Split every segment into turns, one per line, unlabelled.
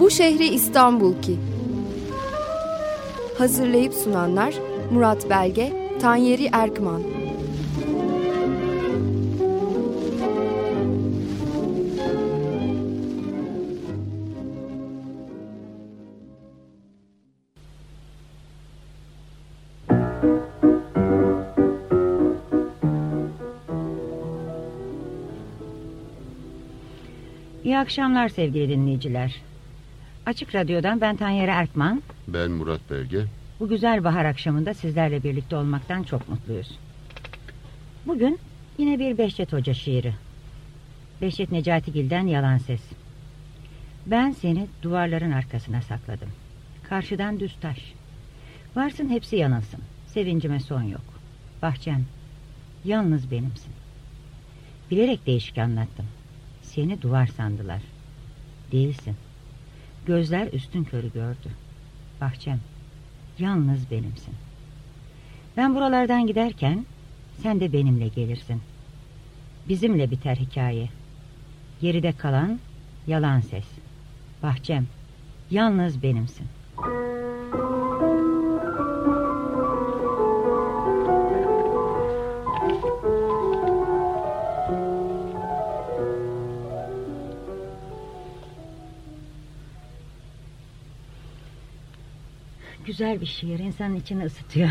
Bu şehri İstanbul ki. Hazırlayıp sunanlar Murat Belge, Tanyeri Erkman.
İyi akşamlar sevgili dinleyiciler. Açık Radyo'dan ben Tanyeri Erkman.
Ben Murat Belge.
Bu güzel bahar akşamında sizlerle birlikte olmaktan çok mutluyuz. Bugün yine bir Behçet Hoca şiiri. Behçet Necatigil'den Yalan Ses. Ben seni duvarların arkasına sakladım. Karşıdan düz taş. Varsın hepsi yanılsın. Sevincime son yok. Bahçem, yalnız benimsin. Bilerek değişik anlattım. Seni duvar sandılar. Değilsin. Gözler üstün körü gördü. Bahçem, yalnız benimsin. Ben buralardan giderken sen de benimle gelirsin. Bizimle biter hikaye. Geride kalan yalan ses. Bahçem, yalnız benimsin. Güzel bir şiir, insanın içini ısıtıyor.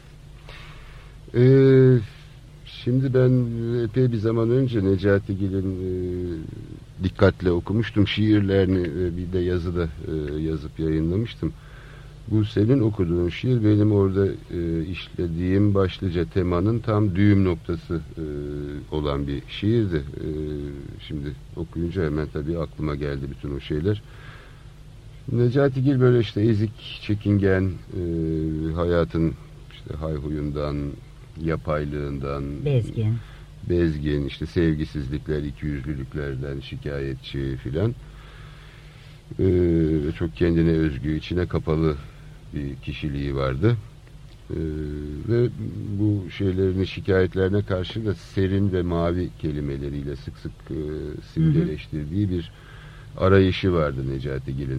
Şimdi ben epey bir zaman önce Necatigil'in dikkatle okumuştum şiirlerini, bir de yazıda yazıp yayınlamıştım. Bu senin okuduğun şiir benim orada işlediğim başlıca temanın tam düğüm noktası olan bir şiirdi. Şimdi okuyunca hemen tabii aklıma geldi bütün o şeyler. Necatigil böyle işte ezik, çekingen, hayatın işte hayhuyundan, yapaylığından, bezgin, işte sevgisizlikler, ikiyüzlülüklerden şikayetçi filan, çok kendine özgü, içine kapalı bir kişiliği vardı. Ve bu şeylerin, şikayetlerine karşı da serin ve mavi kelimeleriyle sık sık simgeleştirdiği bir arayışı vardı Necatigil'in.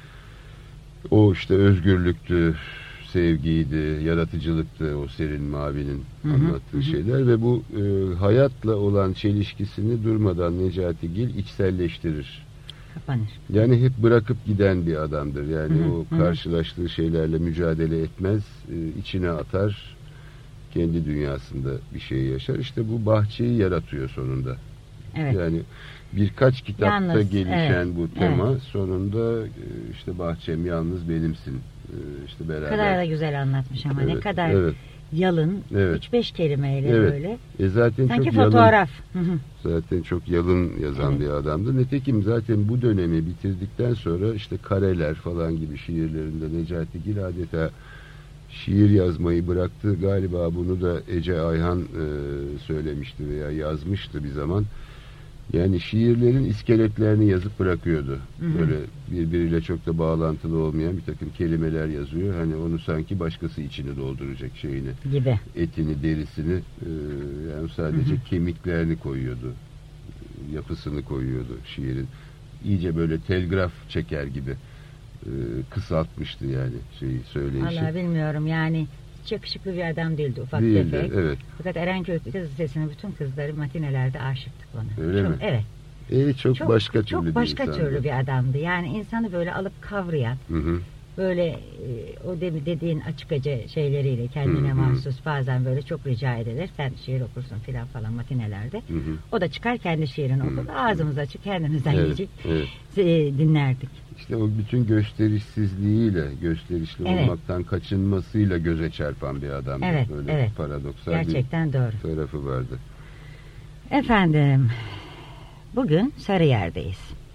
O işte özgürlüktü, sevgiydi, yaratıcılıktı, o serin mavinin anlattığı şeyler ve bu hayatla olan çelişkisini durmadan Necatigil içselleştirir.
Kapanır.
Yani hep bırakıp giden bir adamdır. Yani o karşılaştığı şeylerle mücadele etmez, içine atar, kendi dünyasında bir şey yaşar. İşte bu bahçeyi yaratıyor sonunda.
Evet.
Yani birkaç kitapta gelişen bu tema sonunda işte bahçem yalnız benimsin, işte beraber.
Ne kadar da güzel anlatmış ama ne kadar yalın, 3-5 kelimeyle böyle.
Zaten
sanki
çok
fotoğraf.
Zaten çok yalın yazan bir adamdı. Nitekim zaten bu dönemi bitirdikten sonra işte Kareler falan gibi şiirlerinde Necatigil adeta şiir yazmayı bıraktı. Galiba bunu da Ece Ayhan söylemişti veya yazmıştı bir zaman. Yani şiirlerin iskeletlerini yazıp bırakıyordu. Böyle birbiriyle çok da bağlantılı olmayan bir takım kelimeler yazıyor. Hani onu sanki başkası içini dolduracak şeyini.
Gibi.
Etini, derisini, yani sadece kemiklerini koyuyordu. Yapısını koyuyordu şiirin. İyice böyle telgraf çeker gibi kısaltmıştı yani şeyi, söyleyişi.
Vallahi bilmiyorum yani. Hiç yakışıklı bir adam değildi, ufak
Değildi,
tefek.
evet.
Fakat Erenköy Kız Lisesi'nin bütün kızları matinelerde aşıktık ona.
Öyle mi?
Evet.
Çok başka türlü bir
başka
insandı.
türlü bir adamdı. Yani insanı böyle alıp kavrayan, böyle o dediğin açık acı şeyleriyle kendine mahsus, bazen böyle çok rica edilir. Sen şiir okursun filan falan matinelerde. O da çıkar kendi şiirini okur. Ağzımız açık, kendimizden yiyecek dinlerdik.
İşte o bütün gösterişsizliğiyle, gösterişli olmaktan kaçınmasıyla göze çarpan bir adam. Böyle paradoksal
gerçekten
bir
doğru
tarafı vardı.
Efendim, bugün Sarıyer'deyiz.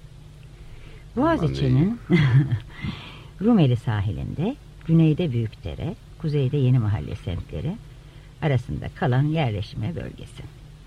Boğaziçi'nin Rumeli sahilinde, güneyde Büyükdere, kuzeyde Yenimahalle semtleri arasında kalan yerleşme bölgesi.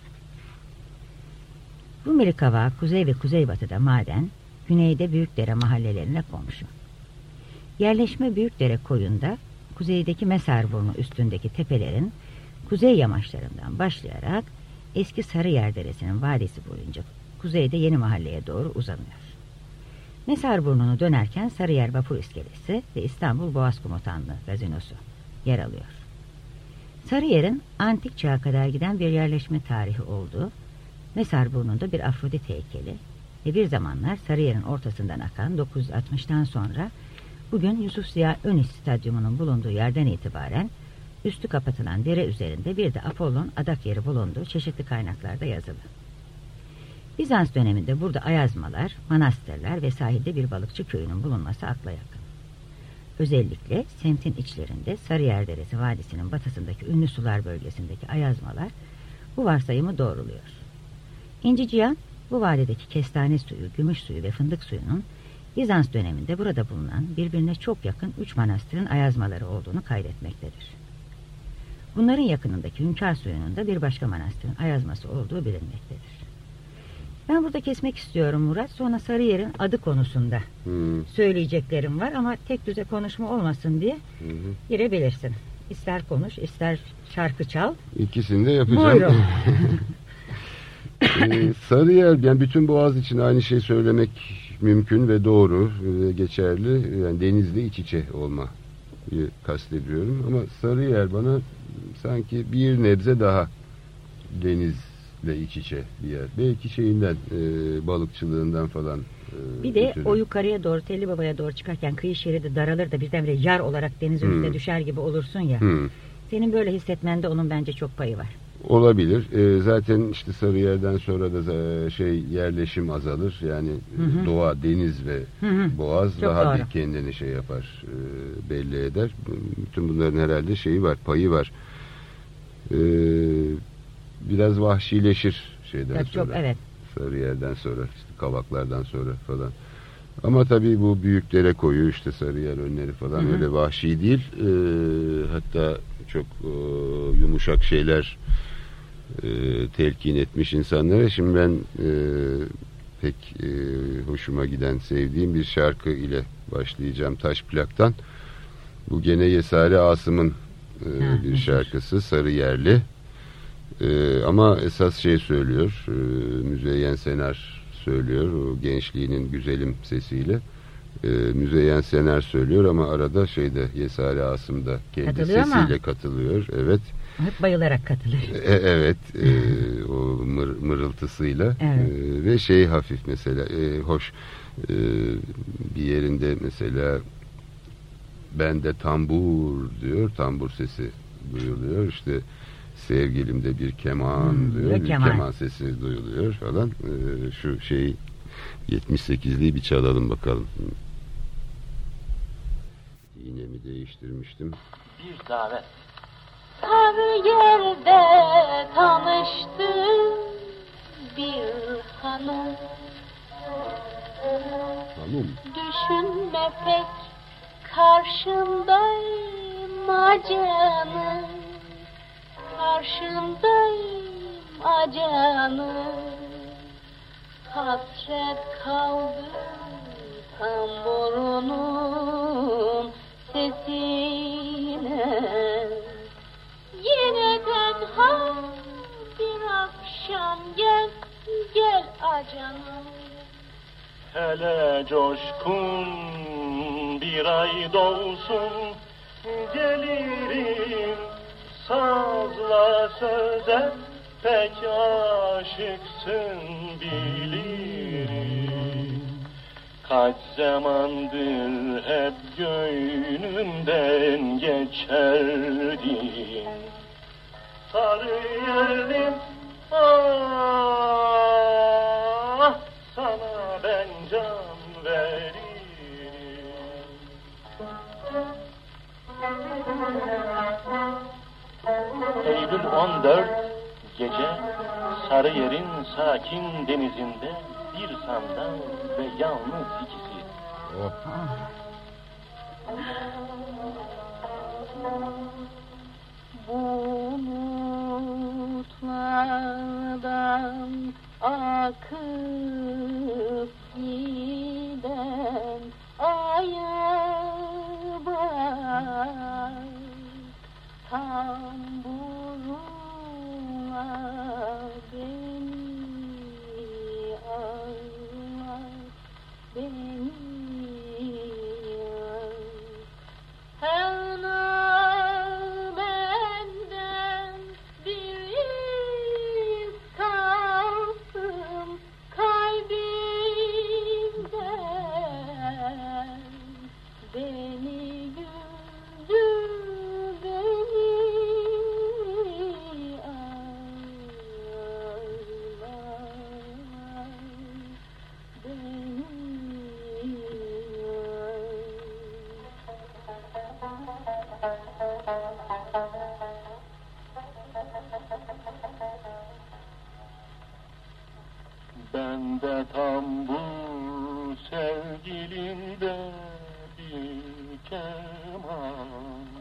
Rumeli Kavağı kuzey ve kuzeybatıda maden, güneyde Büyükdere mahallelerine komşu. Yerleşme Büyükdere koyunda, kuzeydeki Mesarburnu üstündeki tepelerin kuzey yamaçlarından başlayarak eski Sarıyer Deresi'nin vadisi boyunca kuzeyde Yeni Mahalle'ye doğru uzanıyor. Mesarburnu'nu dönerken Sarıyer Vapur İskelesi ve İstanbul Boğaz Komutanlığı gazinosu yer alıyor. Sarıyer'in antik çağa kadar giden bir yerleşme tarihi olduğu, Mesarburnu'nda bir Afrodit heykeli ve bir zamanlar Sarıyer'in ortasından akan 960'tan sonra bugün Yusuf Ziya Önis Stadyumu'nun bulunduğu yerden itibaren üstü kapatılan dere üzerinde bir de Apollon adak yeri bulunduğu çeşitli kaynaklarda yazılı. Bizans döneminde burada ayazmalar, manastırlar ve sahilde bir balıkçı köyünün bulunması akla yakın. Özellikle semtin içlerinde Sarıyer Deresi Vadisi'nin batısındaki ünlü sular bölgesindeki ayazmalar bu varsayımı doğruluyor. İnci Cihan, bu vadideki kestane suyu, gümüş suyu ve fındık suyunun Bizans döneminde burada bulunan birbirine çok yakın 3 manastırın ayazmaları olduğunu kaydetmektedir. Bunların yakınındaki Hünkar suyunun da bir başka manastırın ayazması olduğu bilinmektedir. Ben burada kesmek istiyorum Murat. Sonra Sarıyer'in adı konusunda söyleyeceklerim var ama tek düze konuşma olmasın diye girebilirsin. İster konuş, ister şarkı çal.
İkisini de yapacağım. Sarıyer, yani bütün Boğaz için aynı şey söylemek mümkün ve doğru ve geçerli. Yani denizle iç içe olmayı kastediyorum. Ama Sarıyer bana sanki bir nebze daha denizle iç içe bir yer. Belki şeyinden, balıkçılığından falan.
Bir de o yukarıya doğru, Telli Baba'ya doğru çıkarken kıyı şeridi daralır da birdenbire yar olarak deniz önüne düşer gibi olursun ya. Senin böyle hissetmende onun bence çok payı var.
Olabilir. Zaten işte Sarıyer'den sonra da yerleşim azalır. Yani doğa, deniz ve boğaz çok daha doğru. Bir kendini şey yapar, belli eder. Bütün bunların herhalde şeyi var, payı var. Biraz vahşileşir şeyden sonra. Çok, evet. Sarıyer'den sonra, işte Kavaklardan sonra falan. Ama tabii bu Büyükdere koyu, işte Sarıyer önleri falan öyle vahşi değil. Hatta çok yumuşak şeyler telkin etmiş insanlara. Şimdi ben pek hoşuma giden, sevdiğim bir şarkı ile başlayacağım Taş Plak'tan. Bu gene Yesari Asım'ın bir şarkısı, Sarıyerli. Ama esas şey söylüyor, Müzeyyen Senar söylüyor, o gençliğinin güzelim sesiyle. Müzeyyen Senar söylüyor ama arada Yesari Asım da kendi katılıyor sesiyle katılıyor. Evet.
Hep bayılarak katılıyor.
Evet. O mırıltısıyla. Evet. Ve hafif mesela hoş bir yerinde mesela bende tambur diyor. Tambur sesi duyuluyor. İşte sevgilimde bir keman diyor. Bir keman sesi duyuluyor falan. Şu 78'liği bir çalalım bakalım. İğnemi değiştirmiştim.
Bir davet. Sarıyer'de tanıştım bir hanım. Düşünme pek karşımdayım acanım. Karşımdayım acanım. Hasret kaldı tamburunun sesine. Yine tenha bir akşam gel acanım.
Hele coşkun bir ay dolsun gelirim sazla söze pek aşıksın bilirim. Kaç zamandır hep gönlümden geçerdin. Sarıyer'im ah sana ben can veririm.
Eylül 14 gece Sarıyer'in sakin denizinde bir sandal ve yalnız ikisi. Bulutlardan akıp giden aya bak, tamburuna beni ağlar, beni
Ben de tam bu sevgilinde bir keman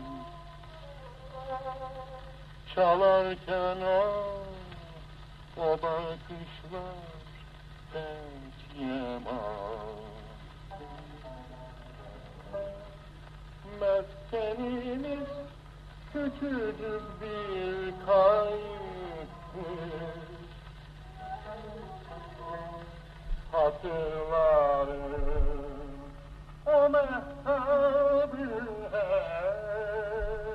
çalarken o bakışlar pek yaman. Meskenimiz küçücük bir kayıktır. Hatırlarım o mehtabı her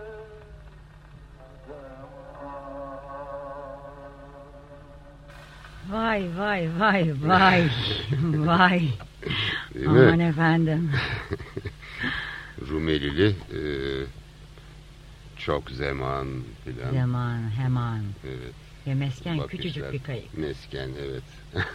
Vay vay vay vay vay.
Değil
Aman
mi?
efendim.
Rumelili çok zaman filan.
Zaman hemen.
Evet.
Ve mesken
Bakışlar.
küçücük bir kayık.
Mesken, evet.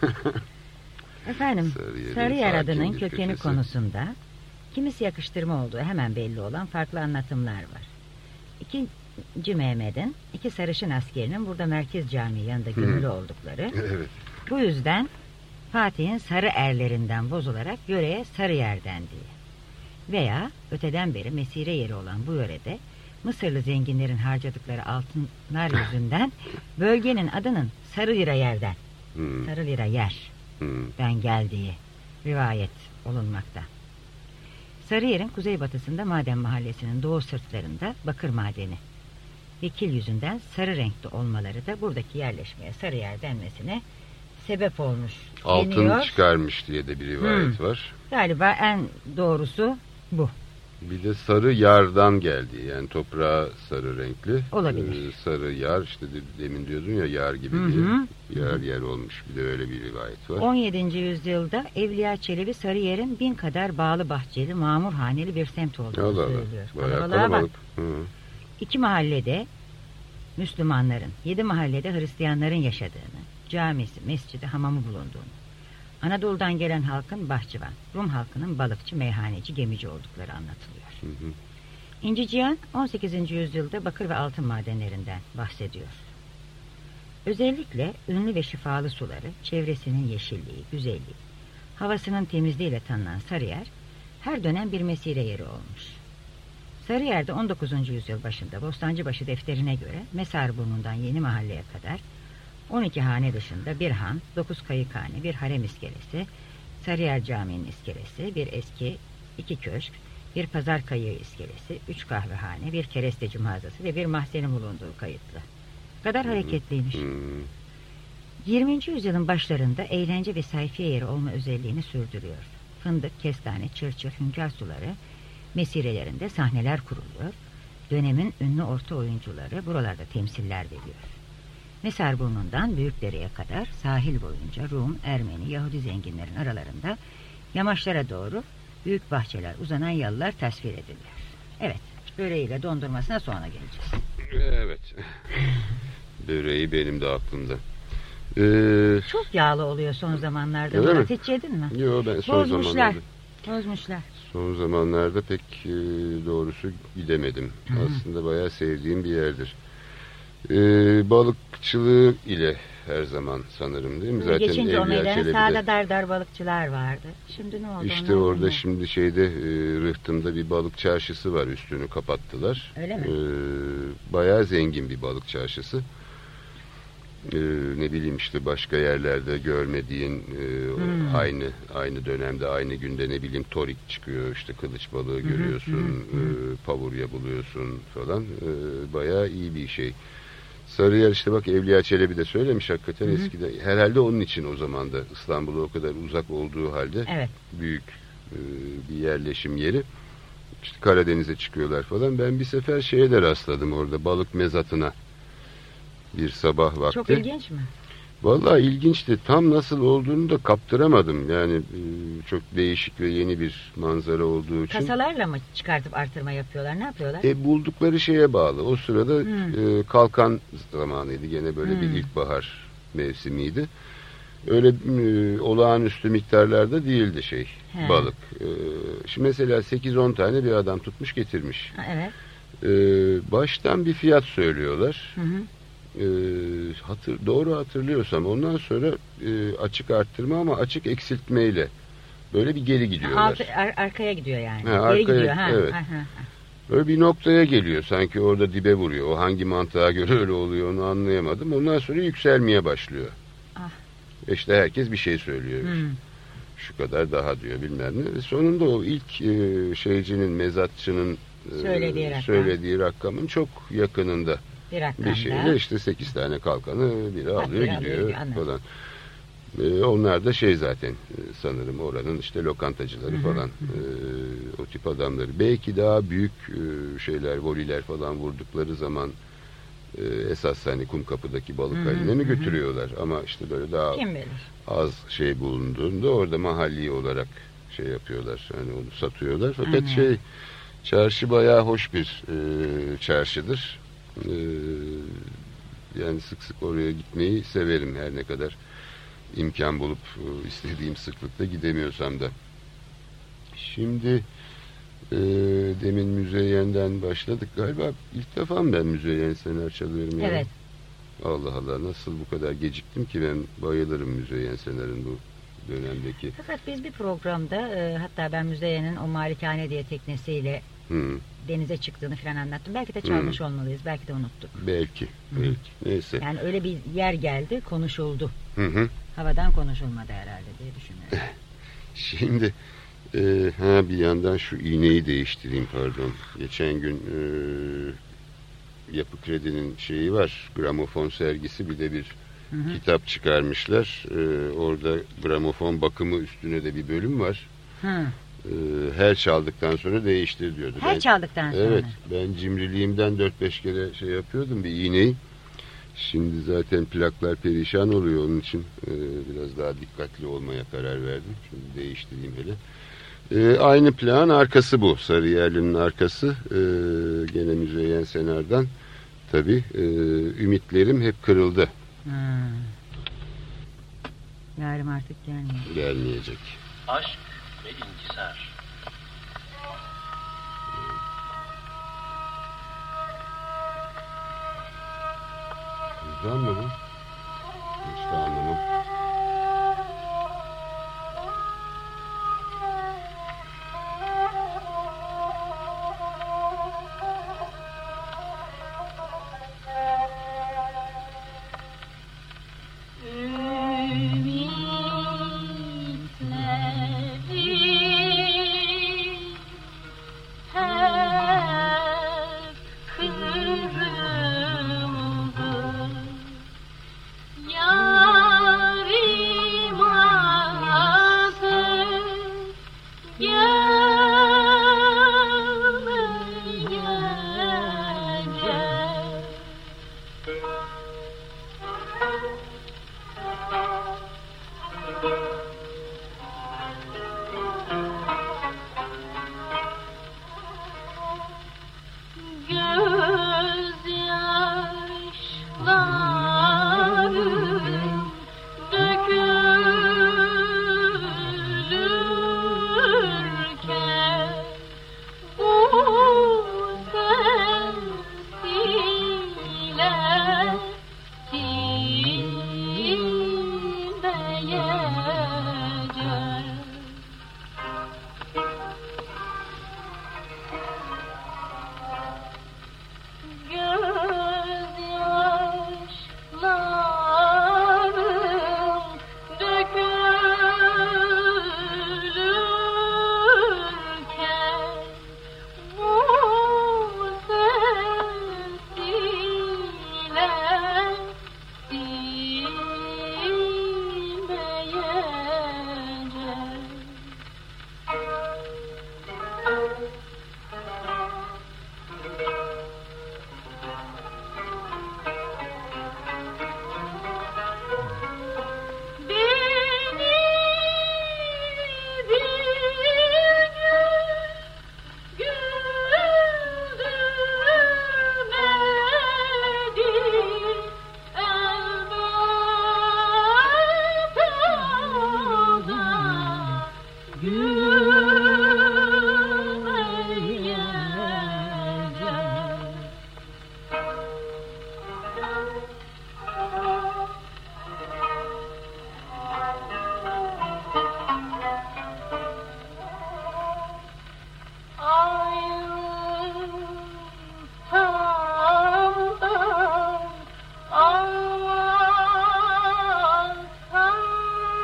Efendim,
Sarıyer'in
Sarıyer
sakin
adının
bir
kökeni
köşesi.
konusunda kimisi yakıştırma olduğu hemen belli olan farklı anlatımlar var. İkinci Mehmet'in iki sarışın askerinin burada Merkez Camii yanında gömülü oldukları.
Evet.
Bu yüzden Fatih'in sarı erlerinden bozularak yöreye Sarıyer dendiği. Veya öteden beri mesire yeri olan bu yörede Mısırlı zenginlerin harcadıkları altınlar yüzünden bölgenin adının Sarı Lira yerden, Sarı Lira yerden geldiği rivayet olunmakta. Sarıyer'in kuzeybatısında Maden Mahallesi'nin doğu sırtlarında bakır madeni ve kil yüzünden sarı renkli olmaları da buradaki yerleşmeye Sarıyer denmesine sebep olmuş
Altın
deniyor.
çıkarmış diye de bir rivayet var.
Galiba en doğrusu bu.
Bir de sarı yardan geldi. Yani toprağı sarı renkli.
Olabilir.
Sarı yar, işte demin diyordun ya yar gibi diye. Yar yer olmuş. Bir de öyle bir rivayet var.
17. yüzyılda Evliya Çelebi Sarıyer'in 1000 kadar bağlı bahçeli, mamur haneli bir semt olduğunu
Allah Allah.
söylüyor.
Bayağı
Kalabalığa bak.
kalabalık. Hı.
2 mahallede Müslümanların, 7 mahallede Hristiyanların yaşadığını, camisi, mescidi, hamamı bulunduğunu, Anadolu'dan gelen halkın bahçıvan, Rum halkının balıkçı, meyhaneci, gemici oldukları anlatılıyor. İnci Cihan 18. yüzyılda bakır ve altın madenlerinden bahsediyor. Özellikle ünlü ve şifalı suları, çevresinin yeşilliği, güzelliği, havasının temizliğiyle tanınan Sarıyer, her dönem bir mesire yeri olmuş. Sarıyer'de 19. yüzyıl başında Bostancıbaşı defterine göre Mesarburnu'ndan Yeni Mahalle'ye kadar 12 hane dışında bir han, 9 kayıkhane, bir harem iskelesi, Sarıyer Camii'nin iskelesi, bir eski 2 köşk, bir pazar kayığı iskelesi, 3 kahvehane, bir keresteci mağazası ve bir mahzenin bulunduğu kayıtlı. Kadar hareketliymiş. 20. yüzyılın başlarında eğlence ve sayfiye yeri olma özelliğini sürdürüyor. Fındık, kestane, çırçır, hünkâr suları mesirelerinde sahneler kuruluyor. Dönemin ünlü orta oyuncuları buralarda temsiller veriyor. Mesarburnu'ndan Büyükdere'ye kadar sahil boyunca Rum, Ermeni, Yahudi zenginlerin aralarında yamaçlara doğru büyük bahçeler, uzanan yalılar tasvir ediliyor. Evet, böreğiyle dondurmasına sonra geleceğiz.
Evet. Böreği benim de aklımda.
Çok yağlı oluyor son zamanlarda.
Öyle
Murat,
mi?
hiç yedin mi?
Yo, ben son zamanlarda.
Bozmuşlar.
Son zamanlarda pek doğrusu gidemedim. Aslında bayağı sevdiğim bir yerdir. Balıkçılığı ile her zaman sanırım, değil mi? Zaten
Geçince o
Evliya
meydanın
Çelebi'de.
sağda dar balıkçılar vardı. Şimdi ne oldu?
İşte
onlar
orada
ne?
şimdi Rıhtım'da bir balık çarşısı var, üstünü kapattılar.
Öyle mi?
Bayağı zengin bir balık çarşısı. Ne bileyim işte başka yerlerde görmediğin aynı dönemde aynı günde ne bileyim torik çıkıyor, işte kılıç balığı görüyorsun, pavurya buluyorsun falan. Bayağı iyi bir şey. Sarıyer işte bak Evliya Çelebi de söylemiş hakikaten eskiden. Herhalde onun için o zaman da İstanbul'a o kadar uzak olduğu halde
Evet.
büyük bir yerleşim yeri. İşte Karadeniz'e çıkıyorlar falan. Ben bir sefer şeye de rastladım orada, balık mezatına. Bir sabah vakti.
Çok ilginç mi?
Vallahi ilginçti. Tam nasıl olduğunu da kaptıramadım. Yani çok değişik ve yeni bir manzara olduğu için.
Kasalarla mı çıkartıp artırma yapıyorlar? Ne yapıyorlar?
Buldukları şeye bağlı. O sırada kalkan zamanıydı. Gene böyle bir ilkbahar mevsimiydi. Öyle olağanüstü miktarlarda değildi balık. Şimdi mesela 8-10 tane bir adam tutmuş getirmiş.
Evet.
Baştan bir fiyat söylüyorlar. doğru hatırlıyorsam ondan sonra açık arttırma ama açık eksiltmeyle böyle bir geri gidiyorlar.
Arkaya gidiyor yani.
Ha, arkaya,
geri gidiyor.
Evet. Böyle bir noktaya geliyor. Sanki orada dibe vuruyor. O hangi mantığa göre öyle oluyor onu anlayamadım. Ondan sonra yükselmeye başlıyor. İşte herkes bir şey söylüyor. Şu kadar daha diyor bilmem ne. Sonunda o ilk şeycinin, mezatçının söylediği rakamın çok yakınında bir şeyle işte 8 tane kalkanı biri alıyor gidiyor falan. Onlar da zaten sanırım oranın işte lokantacıları falan o tip adamları. Belki daha büyük şeyler, voliler falan vurdukları zaman esas hani Kumkapı'daki balık haline mi götürüyorlar? Ama işte böyle daha az şey bulunduğunda orada mahalli olarak yapıyorlar. Yani onu satıyorlar. Fakat çarşı bayağı hoş bir çarşıdır. Yani sık sık oraya gitmeyi severim her ne kadar imkan bulup istediğim sıklıkta gidemiyorsam da. Şimdi demin Müzeyyen'den başladık. Galiba ilk defa mı ben Müzeyyen Sener çalıyorum ya?
Evet.
Allah Allah, nasıl bu kadar geciktim ki, ben bayılırım Müzeyyen Sener'in bu dönemdeki.
Fakat biz bir programda hatta ben Müzeyyen'in o Malikane diye teknesiyle denize çıktığını falan anlattım. Belki de çalmış olmalıyız. Belki de unuttuk.
Belki. Neyse.
Yani öyle bir yer geldi, konuşuldu. Havadan konuşulmadı herhalde diye düşünüyorum.
Şimdi bir yandan şu iğneyi değiştireyim, pardon. Geçen gün Yapı Kredi'nin şeyi var, gramofon sergisi, bir de bir kitap çıkarmışlar. Orada gramofon bakımı üstüne de bir bölüm var. Her çaldıktan sonra değiştir diyordu.
Çaldıktan sonra.
Evet, ben cimriliğimden 4-5 kere yapıyordum bir iğneyi. Şimdi zaten plaklar perişan oluyor, onun için biraz daha dikkatli olmaya karar verdim. Şimdi değiştireyim hele. Aynı plağın arkası bu. Sarıyerli'nin arkası. Gene Müzeyyen Senar'dan. Tabii ümitlerim hep kırıldı.
Yarım artık gelmiyor.
Gelmeyecek.
Aşk ve inkisar.
Güzel mi bu? Hiç de anlamam.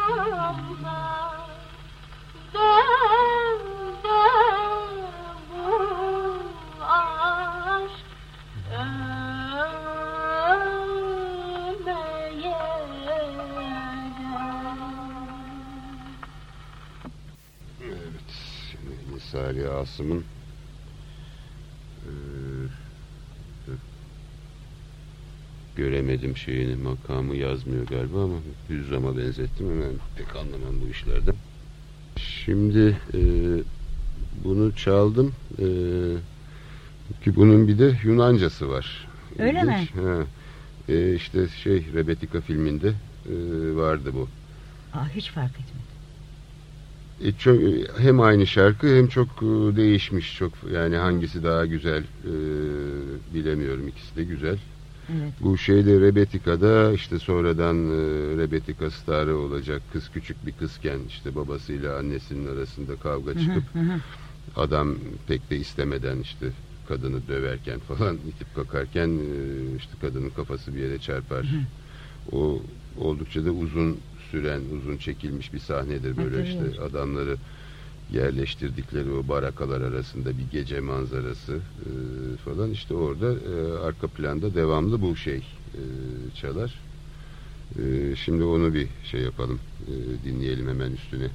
Salih Asım'ın göremedim şeyini, makamı yazmıyor galiba ama Hüzzam'a benzettim, hemen pek anlamam bu işlerden. Şimdi bunu çaldım ki bunun bir de Yunancası var.
Öyle mi?
Ha. İşte Rebetika filminde vardı bu.
Hiç fark etmedim.
Hem aynı şarkı hem çok değişmiş, çok yani hangisi daha güzel bilemiyorum, ikisi de güzel.
Evet.
Bu Rebetika'da işte sonradan Rebetika starı olacak kız, küçük bir kızken işte babasıyla annesinin arasında kavga çıkıp adam pek de istemeden işte kadını döverken falan itip kakarken işte kadının kafası bir yere çarpar. O oldukça da uzun çekilmiş bir sahnedir böyle, işte adamları yerleştirdikleri o barakalar arasında bir gece manzarası falan, işte orada arka planda devamlı bu çalar. Şimdi onu bir yapalım, dinleyelim hemen üstüne.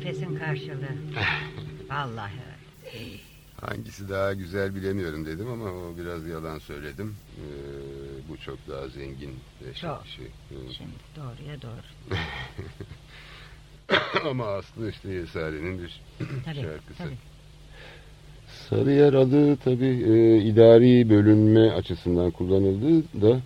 nefesin karşılığı. Vallahi öyle.
Hangisi daha güzel bilemiyorum dedim ama o biraz yalan söyledim. Bu çok daha zengin ve
Çok.
şey.
Şimdi doğruya doğru.
Ama aslı işte Yesare'nin bir
Tabii,
şarkısı.
tabii.
Sarıyer adı tabii idari bölünme açısından kullanıldığı da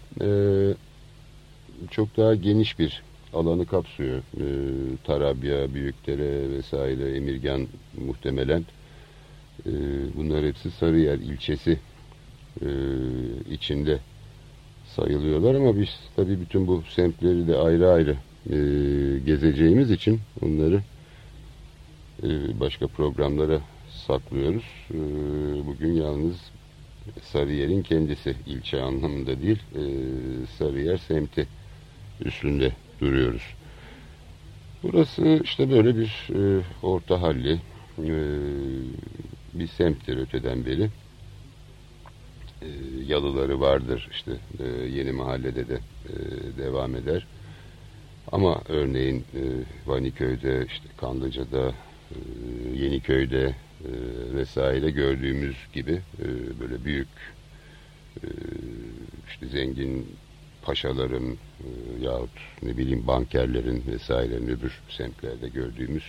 çok daha geniş bir alanı kapsıyor. Tarabya, Büyükdere vesaire, Emirgan muhtemelen. Bunlar hepsi Sarıyer ilçesi içinde sayılıyorlar ama biz tabii bütün bu semtleri de ayrı ayrı gezeceğimiz için onları başka programlara saklıyoruz. Bugün yalnız Sarıyer'in kendisi, ilçe anlamında değil, Sarıyer semti üstünde duruyoruz. Burası işte böyle bir orta halli bir semttir öteden beri. Yalıları vardır, işte Yeni Mahalle'de de devam eder. Ama örneğin Vaniköy'de, işte Kanlıca'da, Yeniköy'de vesaire gördüğümüz gibi böyle büyük işte zengin paşaların yahut ne bileyim bankerlerin vesairenin öbür semtlerde gördüğümüz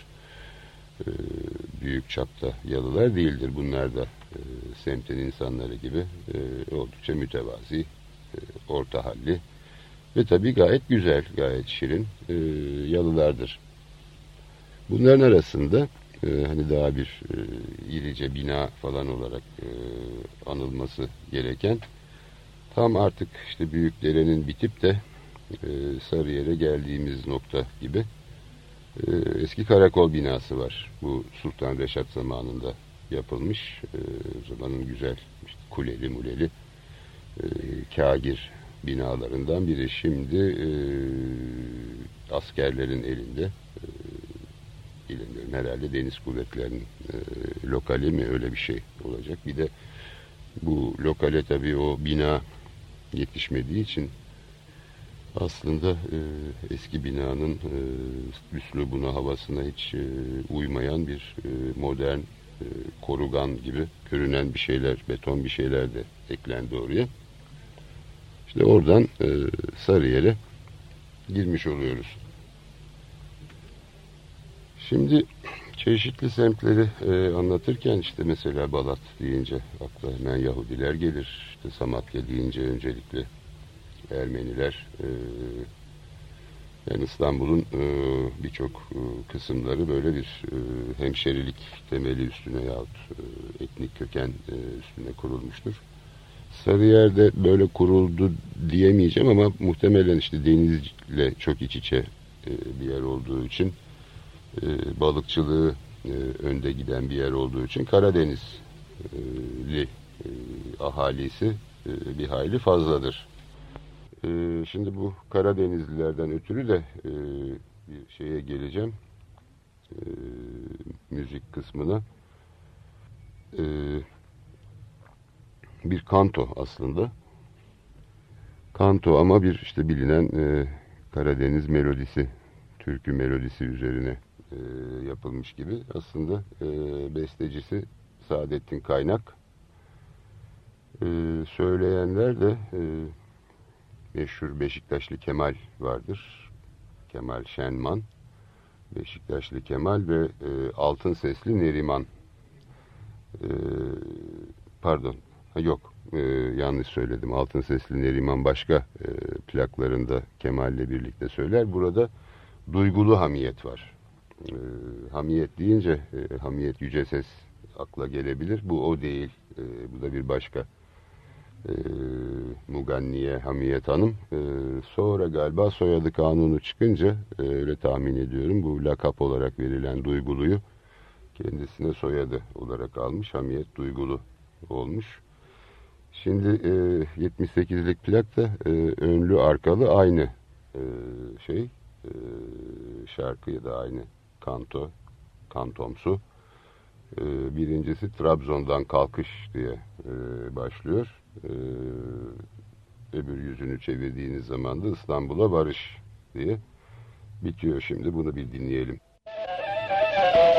büyük çapta yalılar değildir. Bunlar da semtin insanları gibi oldukça mütevazi, orta halli ve tabii gayet güzel, gayet şirin yalılardır. Bunların arasında hani daha bir irice bina falan olarak anılması gereken, tam artık işte Büyükdere'nin bitip de Sarıyer'e geldiğimiz nokta gibi eski karakol binası var. Bu Sultan Reşat zamanında yapılmış. O zamanın güzel işte kuleli muleli kâgir binalarından biri. Şimdi askerlerin elinde, bilemiyorum, herhalde Deniz Kuvvetleri'nin lokali mi, öyle bir şey olacak. Bir de bu lokale tabii o bina yetişmediği için aslında eski binanın üslubuna, havasına hiç uymayan bir modern korugan gibi görünen bir şeyler, beton bir şeyler de eklendi oraya. İşte oradan Sarıyer'e girmiş oluyoruz. Şimdi çeşitli semtleri anlatırken işte mesela Balat deyince akla hemen Yahudiler gelir. İşte Samatya deyince öncelikle Ermeniler. Yani İstanbul'un birçok kısımları böyle bir hemşerilik temeli üstüne yahut etnik köken üstüne kurulmuştur. Sarıyer'de böyle kuruldu diyemeyeceğim ama muhtemelen işte denizle çok iç içe bir yer olduğu için, balıkçılığı önde giden bir yer olduğu için Karadenizli ahalisi bir hayli fazladır. Şimdi bu Karadenizlilerden ötürü de bir şeye geleceğim, müzik kısmına. Bir kanto aslında. Kanto ama bir işte bilinen Karadeniz melodisi, türkü melodisi üzerine yapılmış gibi. Aslında bestecisi Saadettin Kaynak. Söyleyenler de meşhur Beşiktaşlı Kemal vardır. Kemal Şenman. Beşiktaşlı Kemal ve altın sesli Neriman. Pardon. Yok. Yanlış söyledim. Altın sesli Neriman başka plaklarında Kemal'le birlikte söyler. Burada duygulu hamiyet var. Hamiyet deyince Hamiyet Yüce Ses akla gelebilir. Bu o değil. Bu da bir başka. Muganniye Hamiyet Hanım. Sonra galiba soyadı kanunu çıkınca öyle tahmin ediyorum, bu lakap olarak verilen Duygulu'yu kendisine soyadı olarak almış. Hamiyet Duygulu olmuş. Şimdi 78'lik plak da önlü arkalı aynı şarkı ya da aynı kantomsu. Birincisi Trabzon'dan Kalkış diye başlıyor. Öbür yüzünü çevirdiğiniz zaman da İstanbul'a Varış diye bitiyor. Şimdi bunu bir dinleyelim.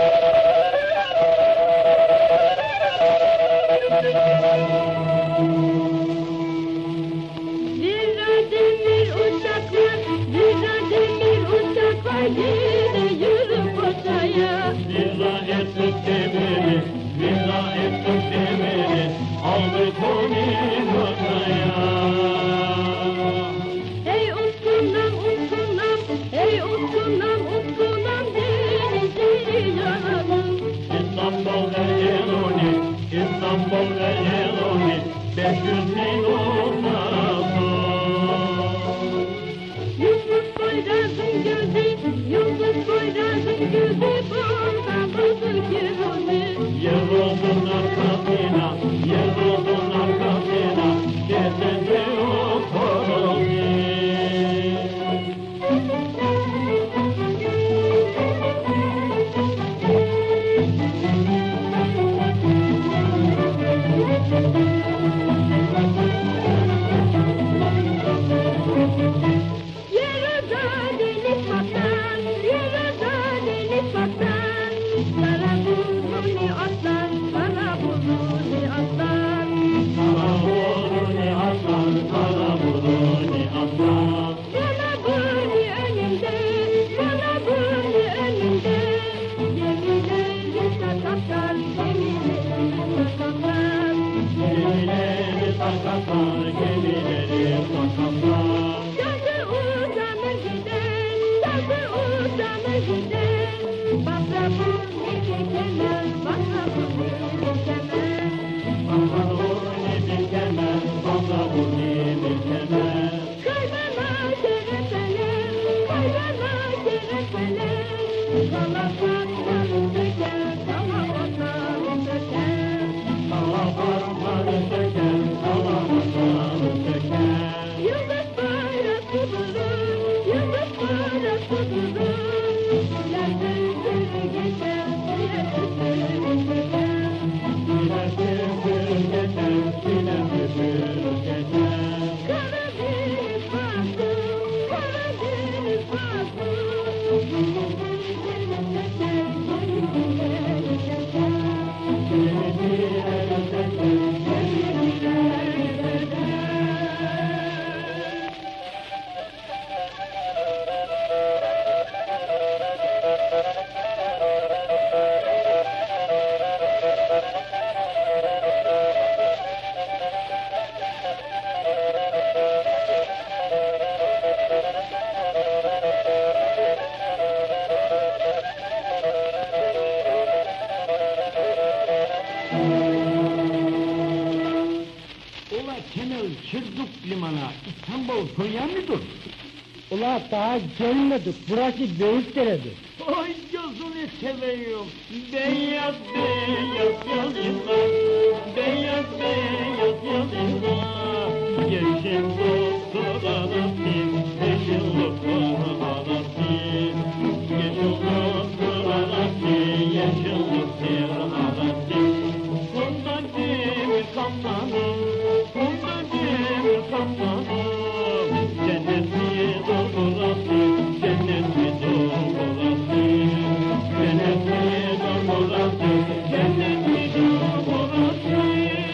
Ula daha gelmedik, burası Büyükdere'dir.
Ay gözünü seveyim, beyaz beyaz yazılar, beyaz beyaz yazılar. Yeşil doktor arası, yeşil doktor arası, yeşil doktor arası, yeşil doktor arası. Bunda demir kaptanım, bunda demir kaptanım. Cenneti doldurası, cenneti doldurası, cenneti doldurası, cenneti doldurası.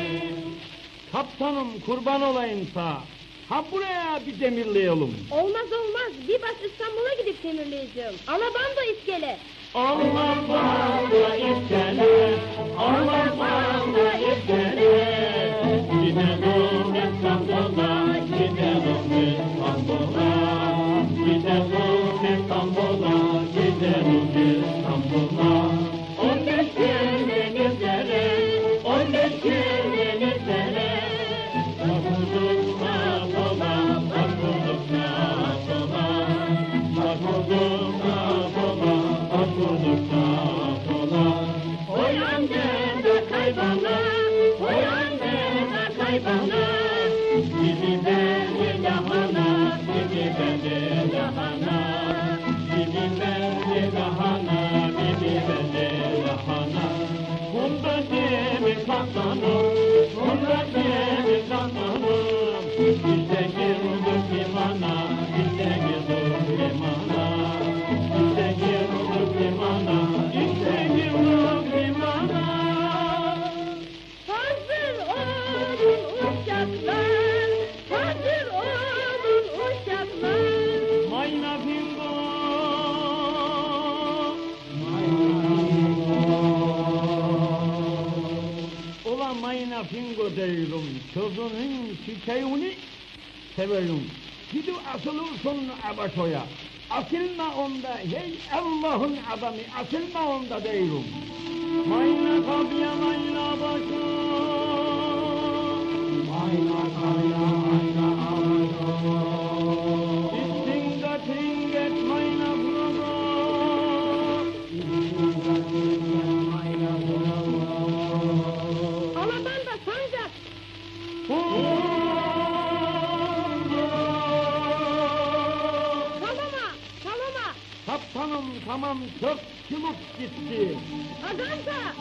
Kaptanım kurban olayım sağ. Ha buraya bir demirleyelim.
Olmaz olmaz, bir bas İstanbul'a gidip demirleyeceğim. Alabanda iskele.
Alabanda iskele, Alabanda iskele. Gidelim İstanbul'a, gidelim İstanbul'a, gidelim İstanbul'a, gidelim İstanbul'a. 15 gün üzere, 15 gün üzere. Bakıldık sağa sola, bakıldık sağa sola, bakıldık sağa sola, bakıldık sağa sola. Oyan dede kaybolur, oyan dede kaybolur. Bizi beni lahana, bizi beni lahana, bizi beni lahana, bizi beni lahana. Bunda demir kaptanım, bunda demir kaptanım. İşte girdik limana, işte girdik limana, işte girdik limana, işte girdik.
sözünün çiçeğini severim. Gidip asılırsın abaşoya. Asılma onda, hey Allah'ın adamı, asılma onda değilim. Mayna kabya mayna başo, mayna kabya mayna abaşo. İstinga tinget mayna bravo, istinga tinget mayna bravo.
Alabanda sancak.
Kaptanım tamam çok çabuk gitti.
Aganta.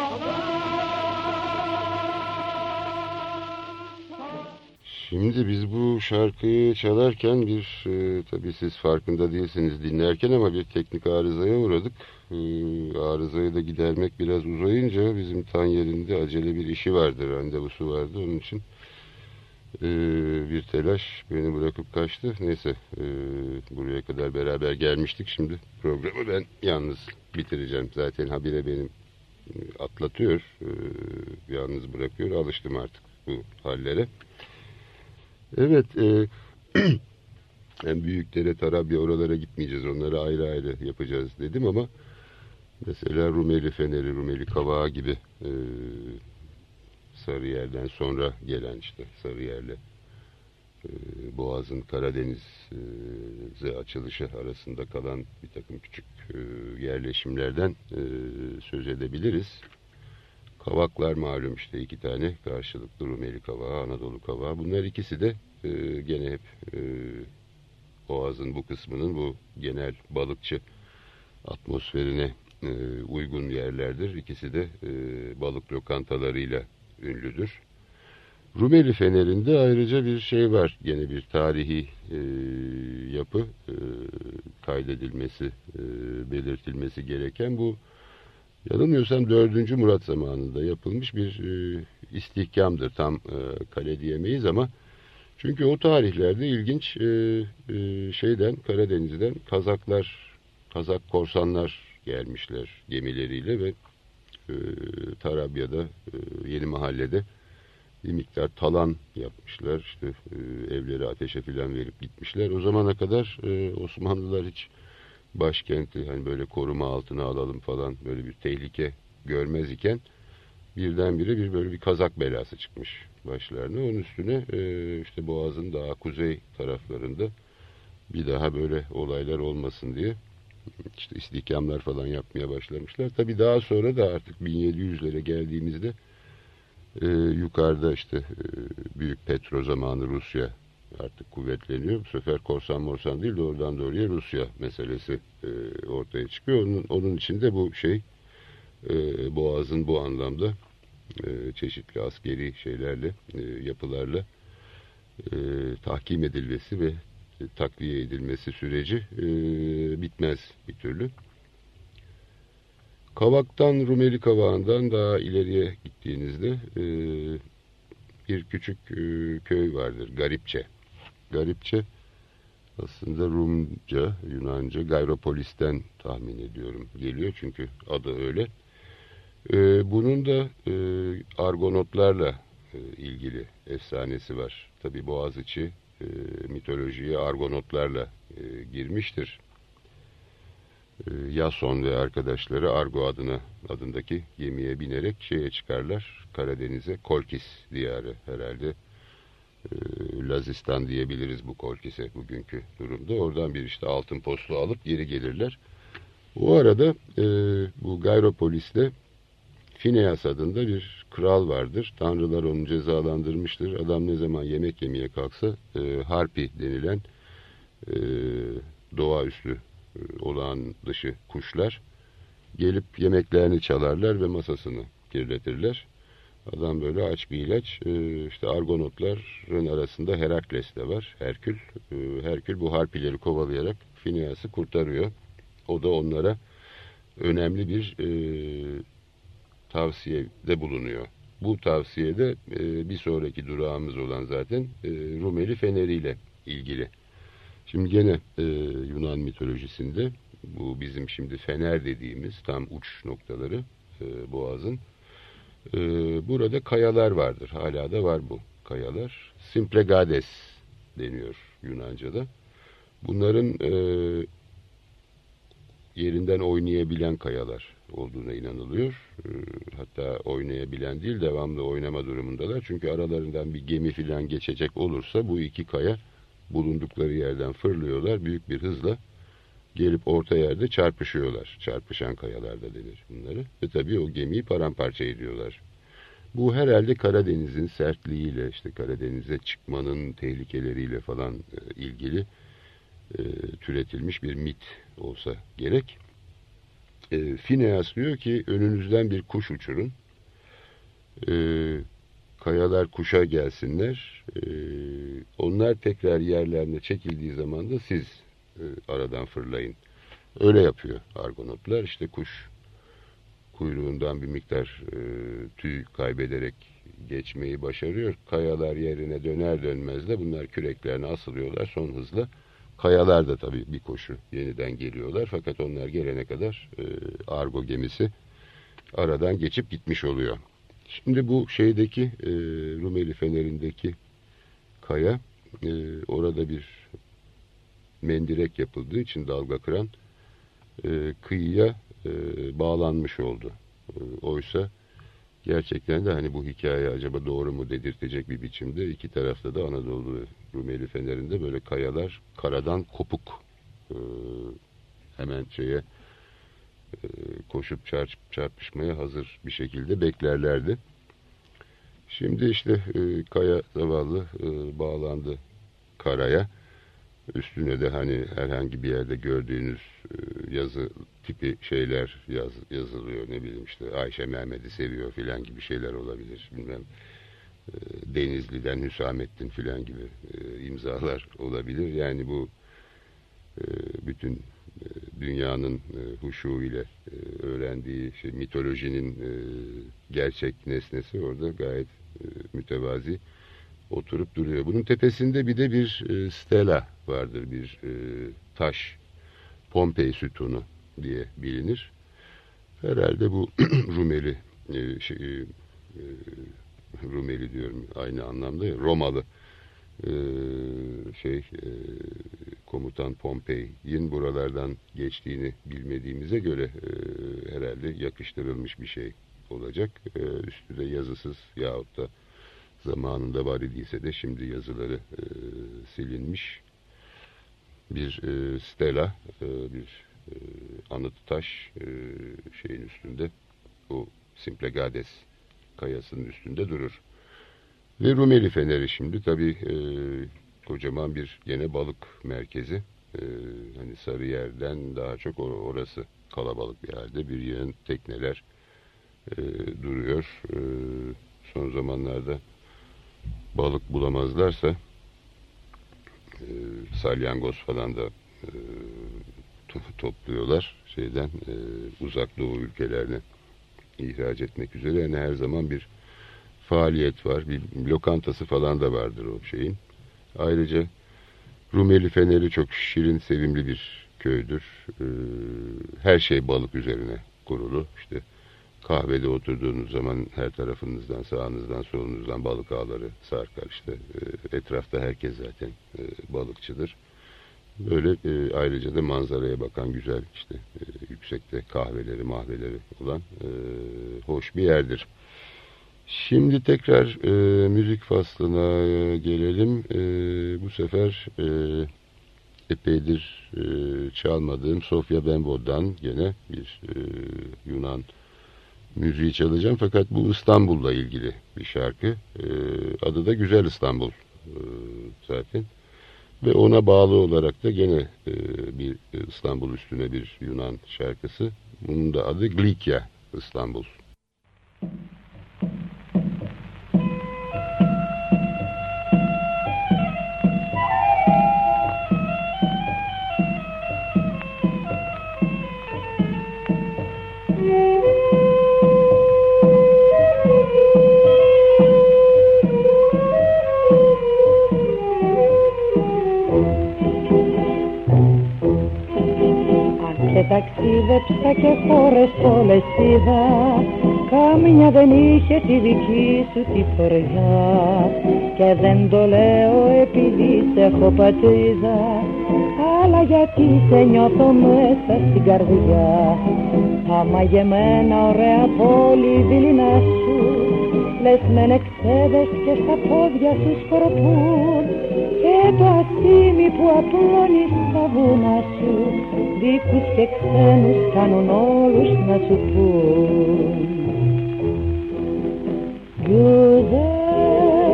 Şimdi biz bu şarkıyı çalarken tabii siz farkında değilsiniz dinlerken ama bir teknik arızaya uğradık. Arızayı da gidermek biraz uzayınca bizim Tanyer'in de acele bir işi vardı, randevusu vardı. Onun için bir telaş beni bırakıp kaçtı. Neyse buraya kadar beraber gelmiştik. Şimdi programı ben yalnız bitireceğim. Zaten habire benim atlatıyor, yalnız bırakıyor. Alıştım artık bu hallere. Evet, hem Büyükdere, Tarabya oralara gitmeyeceğiz. Onları ayrı ayrı yapacağız dedim ama mesela Rumeli Feneri, Rumeli Kavağı gibi Sarıyer'den sonra gelen işte Sarıyer'le Boğaz'ın Karadeniz'e açılışı arasında kalan bir takım küçük yerleşimlerden söz edebiliriz. Kavaklar malum işte 2 tane karşılıklı Rumeli Kavağı, Anadolu Kavağı. Bunlar ikisi de gene hep Boğaz'ın bu kısmının bu genel balıkçı atmosferine uygun yerlerdir. İkisi de balık lokantalarıyla ünlüdür. Rumeli Feneri'nde ayrıca bir şey var. Gene bir tarihi yapı kaydedilmesi, belirtilmesi gereken bu. Yanılmıyorsam 4. Murat zamanında yapılmış bir istihkamdır. Tam kale diyemeyiz ama çünkü o tarihlerde ilginç Karadeniz'den Kazak korsanlar gelmişler gemileriyle ve Tarabya'da Yeni Mahalle'de bir miktar talan yapmışlar. İşte evleri ateşe filan verip gitmişler. O zamana kadar Osmanlılar hiç başkenti hani böyle koruma altına alalım falan böyle bir tehlike görmez iken birdenbire böyle bir Kazak belası çıkmış başlarına. Onun üstüne işte Boğaz'ın daha kuzey taraflarında bir daha böyle olaylar olmasın diye işte istihkamlar falan yapmaya başlamışlar. Tabii daha sonra da artık 1700'lere geldiğimizde yukarıda işte büyük Petro zamanı Rusya artık kuvvetleniyor. Bu sefer korsan morsan değil doğrudan doğruya Rusya meselesi ortaya çıkıyor. Onun için de bu Boğaz'ın bu anlamda çeşitli askeri şeylerle, yapılarla tahkim edilmesi ve takviye edilmesi süreci bitmez bir türlü. Kavak'tan, Rumeli Kavağı'ndan daha ileriye gittiğinizde bir küçük köy vardır, Garipçe. Garipçe aslında Rumca, Yunanca, Gayropolis'ten tahmin ediyorum geliyor çünkü adı öyle. Bunun da Argonotlarla ilgili efsanesi var. Tabii Boğaziçi mitolojiye Argonotlarla girmiştir. Yason ve arkadaşları Argo adındaki gemiye binerek çıkarlar Karadeniz'e. Kolkis diyarı herhalde. Lazistan diyebiliriz bu Kolkis'e bugünkü durumda. Oradan bir işte altın poslu alıp geri gelirler. O arada bu Gayropolis'te Phineas adında bir kral vardır. Tanrılar onu cezalandırmıştır. Adam ne zaman yemek yemeye kalksa harpi denilen doğaüstü olağan dışı kuşlar gelip yemeklerini çalarlar ve masasını kirletirler. Adam böyle aç bir ilaç. İşte Argonotların arasında Herakles de var. Herkül. Herkül bu harpileri kovalayarak Phineas'ı kurtarıyor. O da onlara önemli bir tavsiyede bulunuyor. Bu tavsiyede bir sonraki durağımız olan zaten Rumeli Feneri ile ilgili. Şimdi gene Yunan mitolojisinde bu bizim şimdi fener dediğimiz tam uç noktaları Boğaz'ın burada kayalar vardır. Hala da var bu kayalar. Symplegades deniyor Yunanca'da. Bunların yerinden oynayabilen kayalar olduğuna inanılıyor. Hatta oynayabilen değil, devamlı oynama durumundalar. Çünkü aralarından bir gemi filan geçecek olursa bu iki kaya bulundukları yerden fırlıyorlar. Büyük bir hızla gelip orta yerde çarpışıyorlar. Çarpışan kayalar da denir bunları. Ve tabii o gemiyi paramparça ediyorlar. Bu herhalde Karadeniz'in sertliğiyle, işte Karadeniz'e çıkmanın tehlikeleriyle falan ilgili türetilmiş bir mit olsa gerek. Phineas diyor ki önünüzden bir kuş uçurun. Kayalar kuşa gelsinler. Onlar tekrar yerlerine çekildiği zaman da siz aradan fırlayın. Öyle yapıyor Argonotlar. İşte kuş kuyruğundan bir miktar tüy kaybederek geçmeyi başarıyor. Kayalar yerine döner dönmez de bunlar küreklerine asılıyorlar son hızla. Kayalar da tabii bir koşu yeniden geliyorlar. Fakat onlar gelene kadar Argo gemisi aradan geçip gitmiş oluyor. Şimdi bu şeydeki Rumeli Feneri'ndeki kaya orada bir mendirek yapıldığı için dalga kıran kıyıya bağlanmış oldu. Oysa gerçekten de hani bu hikaye acaba doğru mu dedirtecek bir biçimde iki tarafta da Anadolu Rumeli Feneri'nde böyle kayalar karadan kopuk hemen koşup çarpışmaya hazır bir şekilde beklerlerdi. Şimdi işte kaya zavallı bağlandı karaya. Üstüne de hani herhangi bir yerde gördüğünüz yazı tipi şeyler yazılıyor. Ne bileyim işte Ayşe Mehmet'i seviyor filan gibi şeyler olabilir. Bilmem Denizli'den Hüsamettin filan gibi imzalar olabilir. Yani bu bütün dünyanın huşu ile öğrendiği mitolojinin gerçek nesnesi orada gayet mütevazi oturup duruyor. Bunun tepesinde bir de bir stela vardır, bir taş, Pompei sütunu diye bilinir. Herhalde bu Rumeli Rumeli diyorum aynı anlamda ya, Romalı komutan Pompei'nin buralardan geçtiğini bilmediğimize göre herhalde yakıştırılmış bir şey olacak. Üstü de yazısız yahut da zamanında var idiyse de şimdi yazıları silinmiş bir stela, bir anıt taş şeyin üstünde, o Symplegades kayasının üstünde durur. Ve Rumeli Feneri şimdi tabii kocaman bir gene balık merkezi. Hani Sarıyer'den daha çok orası kalabalık bir halde. Bir yığın tekneler duruyor. Son zamanlarda balık bulamazlarsa salyangoz falan da topluyorlar şeyden uzak doğu ülkelerine ihraç etmek üzere. Yani her zaman bir faaliyet var. Bir lokantası falan da vardır o şeyin. Ayrıca Rumeli Feneri çok şirin, sevimli bir köydür. Her şey balık üzerine kurulu. İşte kahvede oturduğunuz zaman her tarafınızdan, sağınızdan, solunuzdan balık ağları sarkar. İşte etrafta herkes zaten balıkçıdır. Böyle ayrıca da manzaraya bakan güzel, işte yüksekte kahveleri, mahveleri olan hoş bir yerdir. Şimdi tekrar müzik faslına gelelim. Bu sefer epeydir çalmadığım Sofia Benbo'dan gene bir Yunan müziği çalacağım. Fakat bu İstanbul'la ilgili bir şarkı. Adı da Güzel İstanbul zaten. Ve ona bağlı olarak da gene bir İstanbul üstüne bir Yunan şarkısı. Bunun da adı Glikya İstanbul.
Ταξίδεψα και χώρες πολλές είδα, Κάμια δεν είχε τη δική σου τη φοριά και δεν το λέω επειδή σε έχω πατρίδα, αλλά γιατί σε νιώθω μέσα στην καρδιά. Τα μαγεμένα ωραία πόλη δειλινά σου λες μεν εξέδες και στα πόδια σου σκορπούν, και το ασίμι που απλώνει στα βουνά σου δίκους και ξένους κάνουν όλους να σου πούν. Γιούδες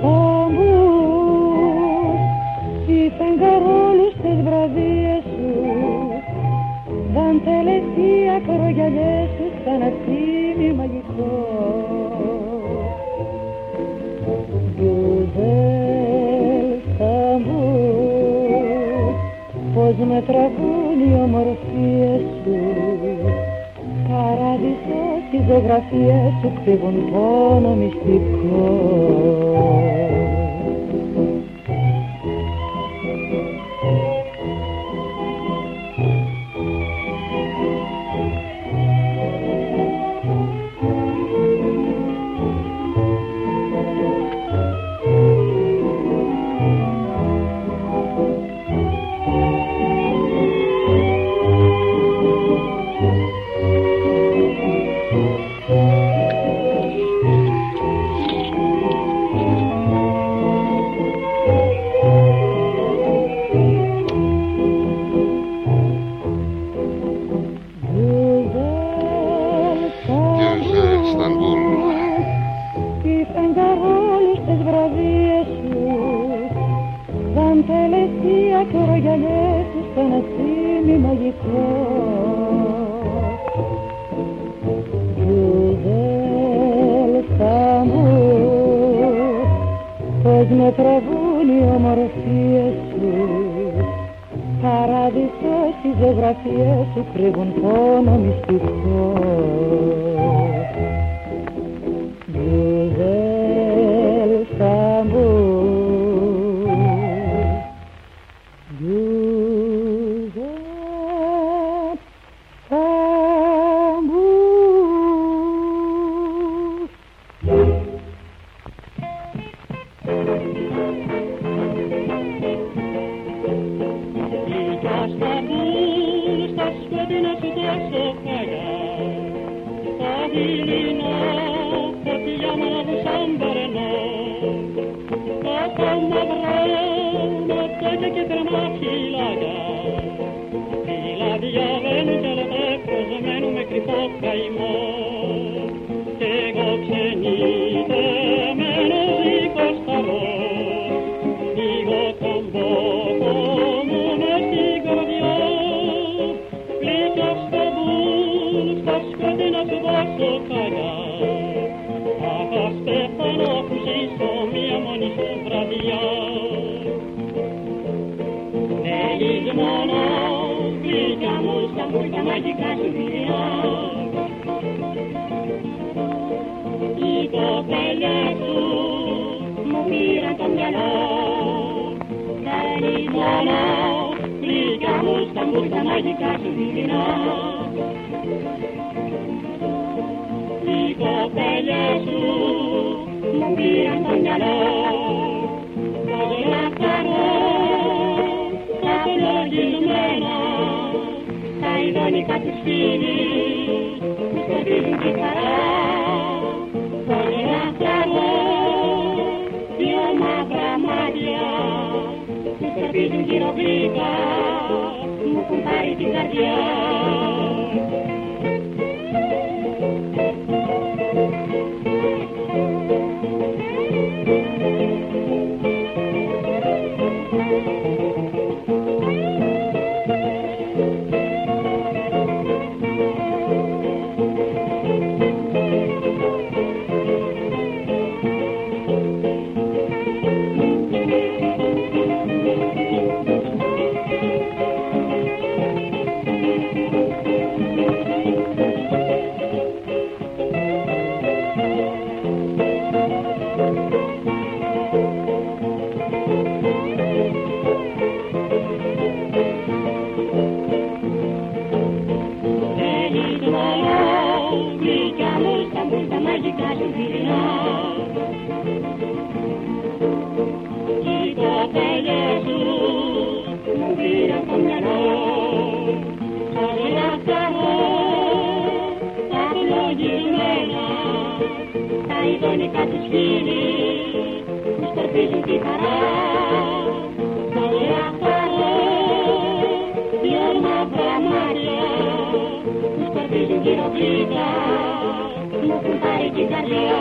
σταμπούς οι φεγγαρόλους στις βραδιές σου, δαντέλες οι ακρογιαλιές σου σαν ασίμι μαγικό. Γιούδες σταμπούς πως με τραβούν οι ομορφίες σου, παράδεισος οι ζωγραφίες σου κρύβουν πόνο μυστικό. Κρύβουν πόνο μυστικό. Γιούδελ σταμπούς, γιούδελ σταμπούς.
mágica divina. Chico de Jesús, mira con mi amor, sobre la cama, Pablo Gilmena, caído en Catuschini, Mr. Billy Picará, sobre la cama, Diorma Brahmaria, Mr. Billy Giroglica, Mukuntari Gizaria.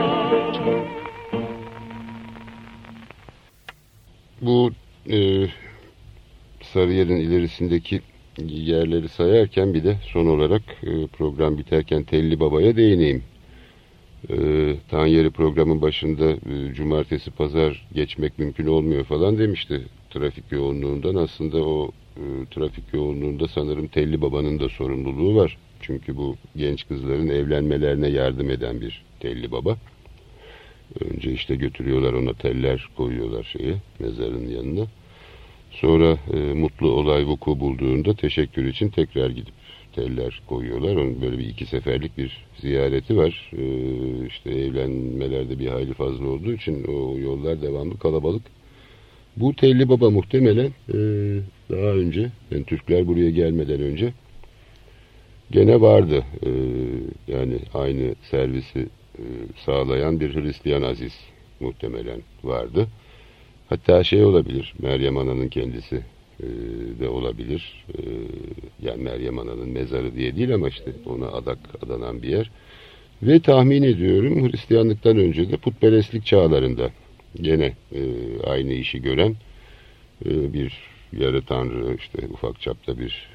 Bu Sarıyer'in ilerisindeki yerleri sayarken bir de son olarak program biterken Telli Baba'ya değineyim. Tanyeri programın başında cumartesi pazar geçmek mümkün olmuyor falan demişti trafik yoğunluğundan. Aslında o trafik yoğunluğunda sanırım Telli Baba'nın da sorumluluğu var. Çünkü bu genç kızların evlenmelerine yardım eden bir Telli Baba. Önce işte götürüyorlar, ona teller koyuyorlar mezarın yanına. Sonra mutlu olay vuku bulduğunda teşekkür için tekrar gidip teller koyuyorlar. Onun böyle bir 2 seferlik bir ziyareti var. İşte evlenmelerde bir hayli fazla olduğu için o yollar devamlı kalabalık. Bu Telli Baba muhtemelen daha önce, yani Türkler buraya gelmeden önce gene vardı. Yani aynı servisi sağlayan bir Hristiyan aziz muhtemelen vardı. Hatta olabilir, Meryem Ana'nın kendisi de olabilir. Yani Meryem Ana'nın mezarı diye değil ama işte ona adanan bir yer. Ve tahmin ediyorum Hristiyanlıktan önce de putperestlik çağlarında gene aynı işi gören bir yarı tanrı, işte ufak çapta bir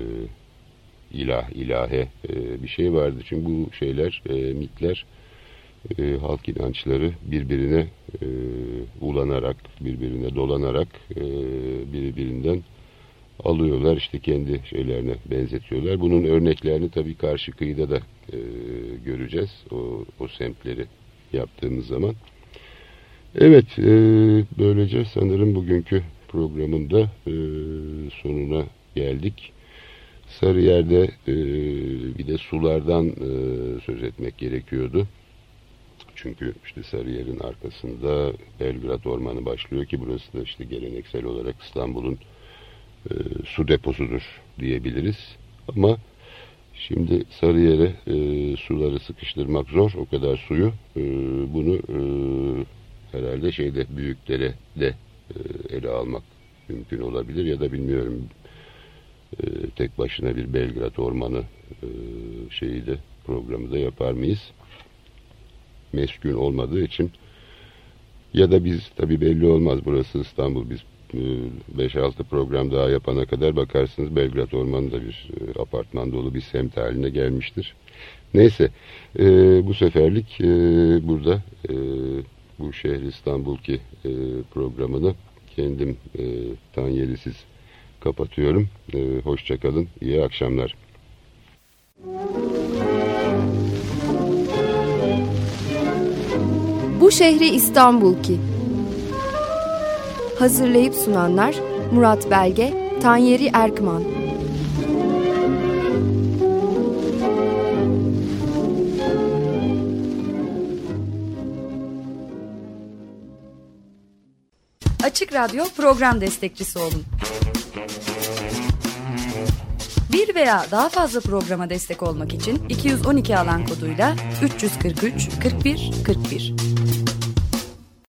ilahe bir şey vardı. Çünkü bu şeyler, mitler, halk inançları birbirine ulanarak, birbirine dolanarak birbirinden alıyorlar. İşte kendi şeylerine benzetiyorlar. Bunun örneklerini tabii karşı kıyıda da göreceğiz. O semtleri yaptığımız zaman. Evet, böylece sanırım bugünkü programın da sonuna geldik. Sarıyer'de bir de sulardan söz etmek gerekiyordu. Çünkü işte Sarıyer'in arkasında Belgrad Ormanı başlıyor ki burası da işte geleneksel olarak İstanbul'un su deposudur diyebiliriz. Ama şimdi Sarıyer'e suları sıkıştırmak zor. O kadar suyu. Bunu herhalde Büyükdere'de ele almak mümkün olabilir ya da bilmiyorum, tek başına bir Belgrad Ormanı programı da yapar mıyız? Meskun olmadığı için ya da biz, tabii belli olmaz, burası İstanbul, biz 5-6 program daha yapana kadar bakarsınız Belgrad Ormanı da bir apartman dolu bir semt haline gelmiştir. Neyse, bu seferlik burada bu şehir İstanbul ki programını kendim Tanyerisiz kapatıyorum. Hoşça kalın, iyi akşamlar.
Bu şehri İstanbul ki. Hazırlayıp sunanlar Murat Belge, Tanyeri Erkman.
Açık Radyo program destekçisi olun. Bir veya daha fazla programa destek olmak için 212 alan koduyla 343 41 41.